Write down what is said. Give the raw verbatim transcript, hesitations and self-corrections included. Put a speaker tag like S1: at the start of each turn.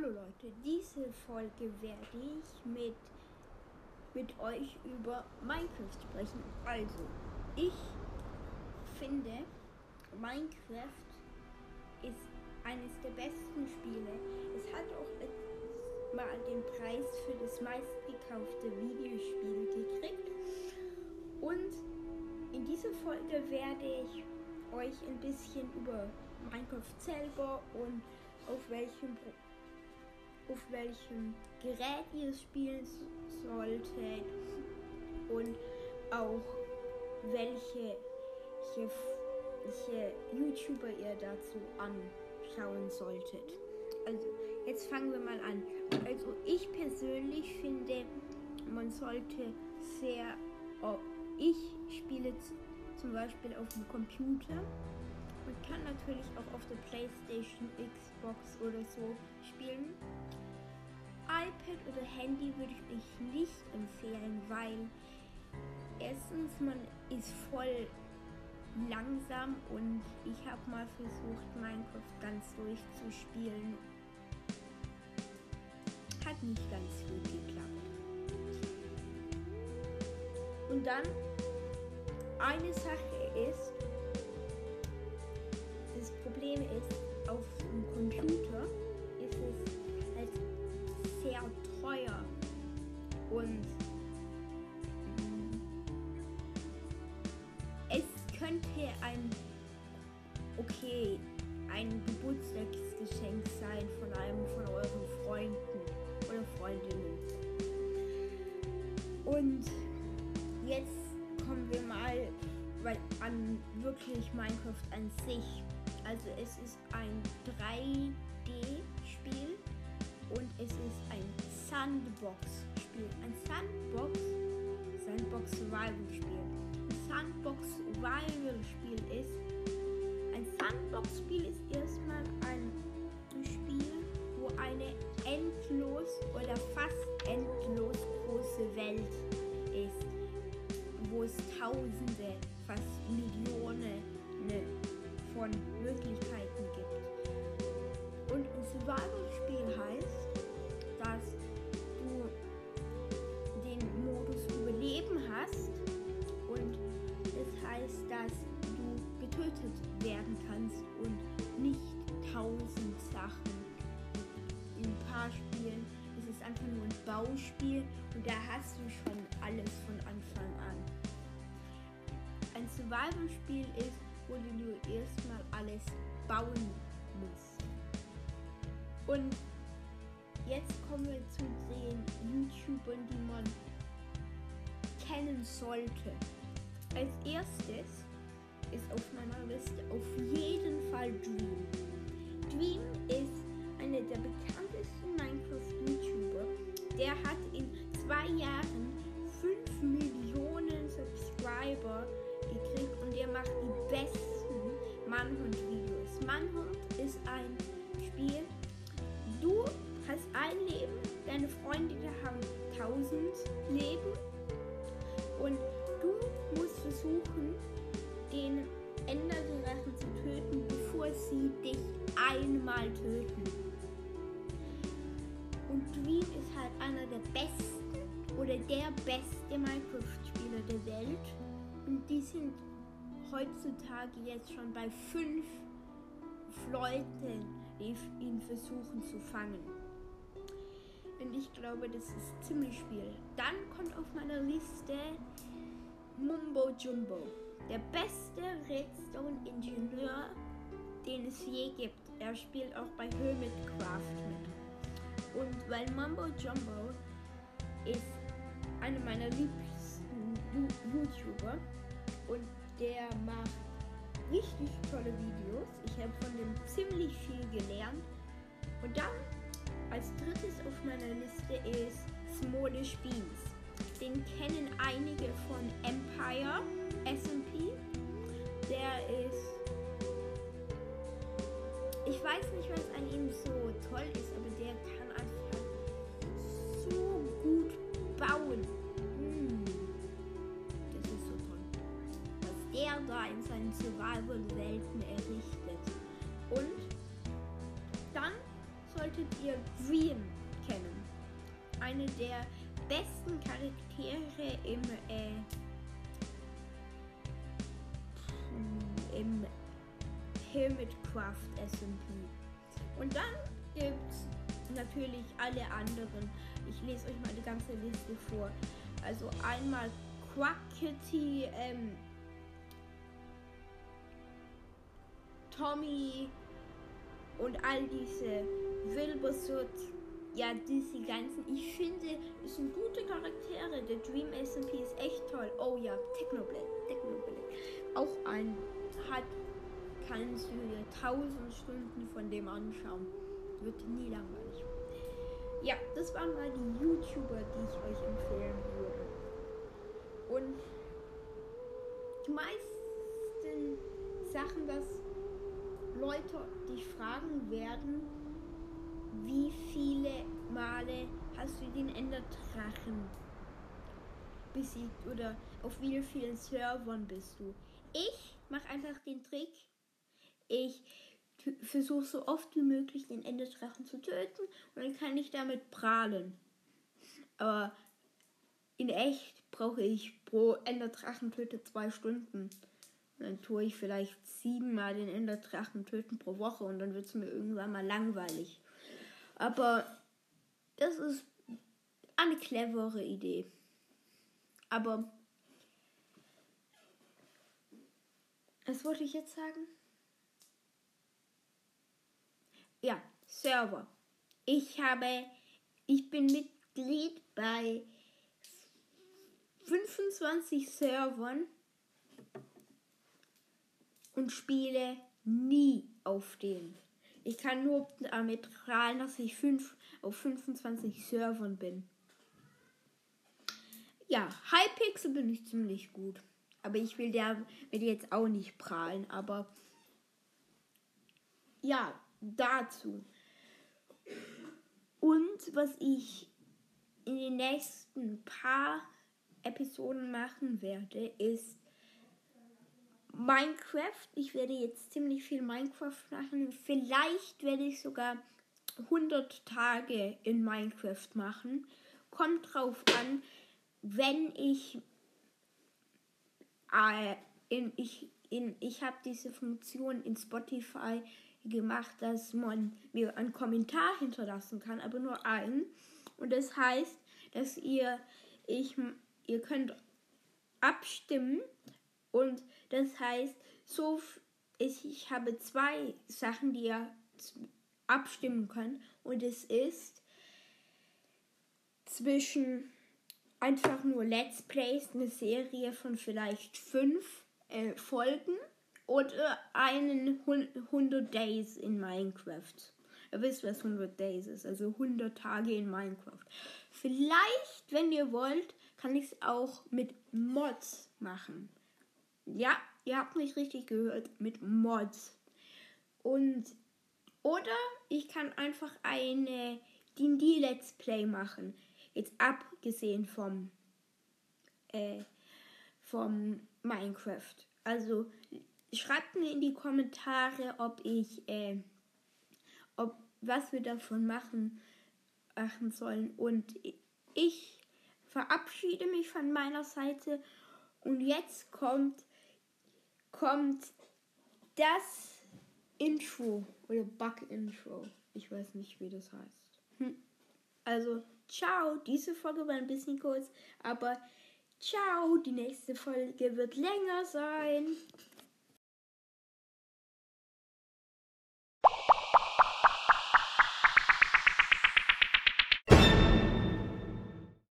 S1: Hallo Leute, diese Folge werde ich mit, mit euch über Minecraft sprechen. Also, ich finde, Minecraft ist eines der besten Spiele. Es hat auch letztes Mal den Preis für das meistgekaufte Videospiel gekriegt. Und in dieser Folge werde ich euch ein bisschen über Minecraft selber und auf welchem, auf welchem Gerät ihr es spielen solltet und auch welche, welche, welche YouTuber ihr dazu anschauen solltet. Also jetzt fangen wir mal an. Also ich persönlich finde, man sollte sehr, oh, ich spiele zum Beispiel auf dem Computer. Man kann natürlich auch auf der PlayStation, Xbox oder so spielen. iPad oder Handy würde ich euch nicht empfehlen, weil erstens man ist voll langsam und ich habe mal versucht, Minecraft ganz durchzuspielen. Hat nicht ganz gut geklappt. Und dann eine Sache ist, das Problem ist, auf dem Computer ist es halt sehr teuer und es könnte ein, okay, ein Geburtstagsgeschenk sein von einem von euren Freunden oder Freundinnen. Und jetzt kommen wir mal an wirklich Minecraft an sich. Also es ist ein drei D-Spiel und es ist ein Sandbox-Spiel. Ein Sandbox, Sandbox Survival-Spiel. Ein Sandbox-Survival-Spiel ist, ein Sandbox-Spiel ist erstmal ein Spiel, wo eine endlos oder fast endlos große Welt ist, wo es Tausende, fast Millionen von Möglichkeiten gibt. Und ein Survival-Spiel heißt, dass du den Modus Überleben hast und es heißt, dass du getötet werden kannst und nicht tausend Sachen. In ein paar Spielen ist es einfach nur ein Bauspiel und da hast du schon alles von Anfang an. Ein Survival-Spiel ist, wo du erstmal alles bauen musst. Und jetzt kommen wir zu den YouTubern, die man kennen sollte. Als erstes ist auf meiner Liste auf jeden Fall Dream. Dream ist einer der bekanntesten Minecraft-YouTuber. Der hat in zwei Jahren fünf Millionen Subscriber gekriegt und der macht die besten Manhunt-Videos. Manhunt ist ein Spiel, du hast ein Leben, deine Freunde haben tausend Leben und du musst versuchen, den Enderdrachen zu töten, bevor sie dich einmal töten. Und Dream ist halt einer der besten oder der beste Minecraft-Spieler der Welt. Und die sind heutzutage jetzt schon bei fünf Leuten, die ihn versuchen zu fangen. Und ich glaube, das ist ziemlich schwierig. Dann kommt auf meiner Liste Mumbo Jumbo. Der beste Redstone-Ingenieur, den es je gibt. Er spielt auch bei Hermitcraft mit. Und weil Mumbo Jumbo ist einer meiner liebsten YouTuber und der macht richtig tolle Videos. Ich habe von dem ziemlich viel gelernt. Und dann als drittes auf meiner Liste ist Smallish Beans. Den kennen einige von Empire S M P. Der ist, ich weiß nicht, was an ihm so toll ist, aber der kann einfach so gut bauen. Hm. Das ist so toll, was der da in seinen Survival-Welten errichtet. Und dann solltet ihr Dream kennen. Eine der besten Charaktere im, äh, im Hermitcraft S M P. Und dann gibt es natürlich alle anderen. Ich lese euch mal die ganze Liste vor. Also einmal Quackity, ähm, Tommy und all diese Wilbursut. Ja, diese ganzen. Ich finde, es sind gute Charaktere. Der Dream S M P ist echt toll. Oh ja, Technoblade. Technoblade. Auch ein hat, kannst du dir tausend Stunden von dem anschauen. Wird nie langweilig. Ja, das waren mal die YouTuber, die ich euch empfehlen würde. Und die meisten Sachen, dass Leute dich fragen werden, wie viele Male hast du den Enderdrachen besiegt oder auf wie vielen Servern bist du? Ich mache einfach den Trick, ich versuche so oft wie möglich den Enderdrachen zu töten und dann kann ich damit prahlen. Aber in echt brauche ich pro Enderdrachen töte zwei Stunden. Und dann tue ich vielleicht siebenmal den Enderdrachen töten pro Woche und dann wird es mir irgendwann mal langweilig. Aber das ist eine clevere Idee. Aber was wollte ich jetzt sagen? Ja, Server. Ich habe, ich bin Mitglied bei fünfundzwanzig Servern und spiele nie auf denen. Ich kann nur damit prahlen, dass ich fünf, auf fünfundzwanzig Servern bin. Ja, Hypixel bin ich ziemlich gut. Aber ich will damit jetzt auch nicht prahlen. Aber ja, dazu. Und was ich in den nächsten paar Episoden machen werde, ist Minecraft. Ich werde jetzt ziemlich viel Minecraft machen. Vielleicht werde ich sogar hundert Tage in Minecraft machen. Kommt drauf an, wenn ich äh, in, ich in ich habe diese Funktion in Spotify gemacht, dass man mir einen Kommentar hinterlassen kann, aber nur einen. Und das heißt, dass ihr ich ihr könnt abstimmen. Und das heißt, so ich, ich habe zwei Sachen, die ihr abstimmen könnt. Und es ist zwischen einfach nur Let's Plays, eine Serie von vielleicht fünf äh, Folgen oder einen hundert Days in Minecraft. Ihr wisst, was hundert Days ist, also hundert Tage in Minecraft. Vielleicht, wenn ihr wollt, kann ich es auch mit Mods machen. Ja, ihr habt mich richtig gehört, mit Mods. Und, oder ich kann einfach eine D und D Let's Play machen. Jetzt abgesehen vom, äh, vom Minecraft. Also, schreibt mir in die Kommentare, ob ich, äh, ob, was wir davon machen, machen sollen. Und ich verabschiede mich von meiner Seite. Und jetzt kommt kommt das Intro oder Bug-Intro. Ich weiß nicht, wie das heißt. Hm. Also, ciao. Diese Folge war ein bisschen kurz, aber ciao. Die nächste Folge wird länger sein.